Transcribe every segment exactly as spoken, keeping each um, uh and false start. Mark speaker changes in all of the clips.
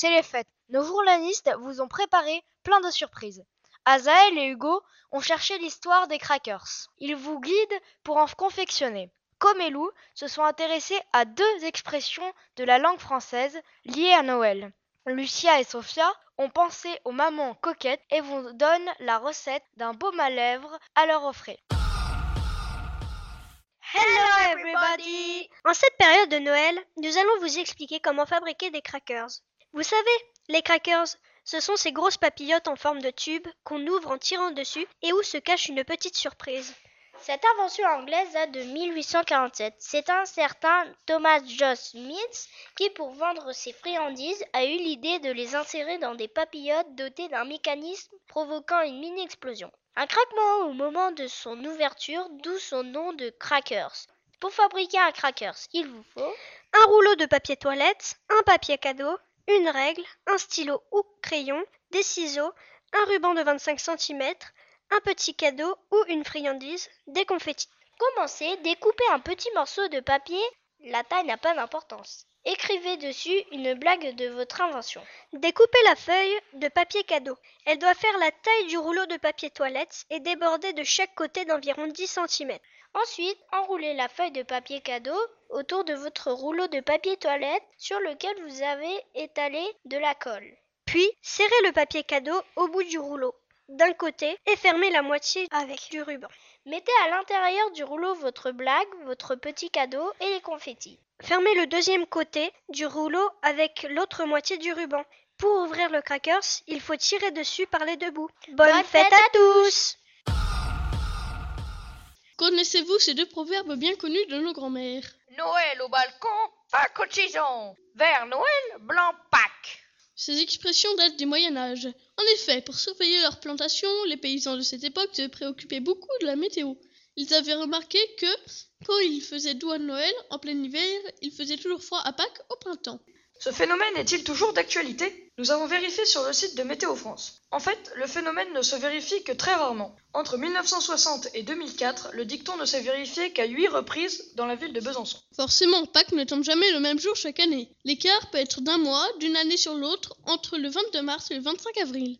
Speaker 1: c'est les fêtes. Nos journalistes vous ont préparé plein de surprises. Azaël et Hugo ont cherché l'histoire des crackers. Ils vous guident pour en confectionner. Com et Lou se sont intéressés à deux expressions de la langue française liées à Noël. Lucia et Sophia ont pensé aux mamans coquettes et vous donnent la recette d'un baume à lèvres à leur offrir.
Speaker 2: Hello everybody! En cette période de Noël, nous allons vous expliquer comment fabriquer des crackers. Vous savez, les crackers, ce sont ces grosses papillotes en forme de tube qu'on ouvre en tirant dessus et où se cache une petite surprise.
Speaker 3: Cette invention anglaise date de mille huit cent quarante-sept. C'est un certain Thomas Josh Smith qui, pour vendre ses friandises, a eu l'idée de les insérer dans des papillotes dotées d'un mécanisme provoquant une mini-explosion. Un craquement au moment de son ouverture, d'où son nom de crackers. Pour fabriquer un crackers, il vous faut
Speaker 2: un rouleau de papier toilette, un papier cadeau, une règle, un stylo ou crayon, des ciseaux, un ruban de vingt-cinq centimètres, un petit cadeau ou une friandise, des confettis.
Speaker 3: Commencez, découpez un petit morceau de papier, la taille n'a pas d'importance. Écrivez dessus une blague de votre invention.
Speaker 2: Découpez la feuille de papier cadeau. Elle doit faire la taille du rouleau de papier toilette et déborder de chaque côté d'environ dix centimètres.
Speaker 3: Ensuite, enroulez la feuille de papier cadeau autour de votre rouleau de papier toilette sur lequel vous avez étalé de la colle.
Speaker 2: Puis, serrez le papier cadeau au bout du rouleau d'un côté et fermez la moitié avec du ruban.
Speaker 3: Mettez à l'intérieur du rouleau votre blague, votre petit cadeau et les confettis.
Speaker 2: Fermez le deuxième côté du rouleau avec l'autre moitié du ruban. Pour ouvrir le crackers, il faut tirer dessus par les deux bouts. Bonne, Bonne fête, fête à tous!
Speaker 4: Connaissez-vous ces deux proverbes bien connus de nos grands-mères?
Speaker 5: Noël au balcon, Pâques au tison. Vert Noël, blanc Pâques.
Speaker 4: Ces expressions datent du Moyen-Âge. En effet, pour surveiller leurs plantations, les paysans de cette époque se préoccupaient beaucoup de la météo. Ils avaient remarqué que, quand il faisait doux à Noël, en plein hiver, il faisait toujours froid à Pâques au printemps.
Speaker 6: Ce phénomène est-il toujours d'actualité? Nous avons vérifié sur le site de Météo France. En fait, le phénomène ne se vérifie que très rarement. Entre mille neuf cent soixante et deux mille quatre, le dicton ne s'est vérifié qu'à huit reprises dans la ville de Besançon.
Speaker 4: Forcément, Pâques ne tombe jamais le même jour chaque année. L'écart peut être d'un mois, d'une année sur l'autre, entre le vingt-deux mars et le vingt-cinq avril.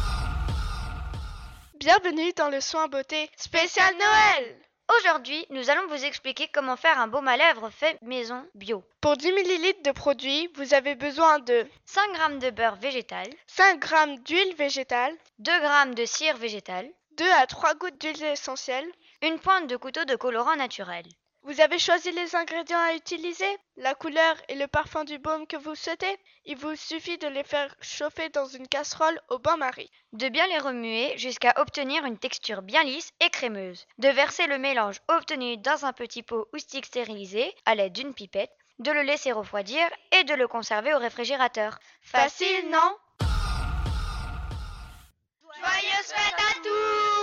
Speaker 1: Bienvenue dans le soin beauté spécial Noël!
Speaker 7: Aujourd'hui, nous allons vous expliquer comment faire un baume à lèvres fait maison bio.
Speaker 1: Pour dix millilitres de produit, vous avez besoin de
Speaker 7: cinq grammes de beurre végétal,
Speaker 1: cinq grammes d'huile végétale,
Speaker 7: deux grammes de cire végétale,
Speaker 1: deux à trois gouttes d'huile essentielle,
Speaker 7: une pointe de couteau de colorant naturel.
Speaker 1: Vous avez choisi les ingrédients à utiliser, la couleur et le parfum du baume que vous souhaitez. Il vous suffit de les faire chauffer dans une casserole au bain-marie.
Speaker 7: De bien les remuer jusqu'à obtenir une texture bien lisse et crémeuse. De verser le mélange obtenu dans un petit pot ou stick stérilisé à l'aide d'une pipette. De le laisser refroidir et de le conserver au réfrigérateur.
Speaker 1: Facile, non?
Speaker 5: Joyeuses fêtes à tous!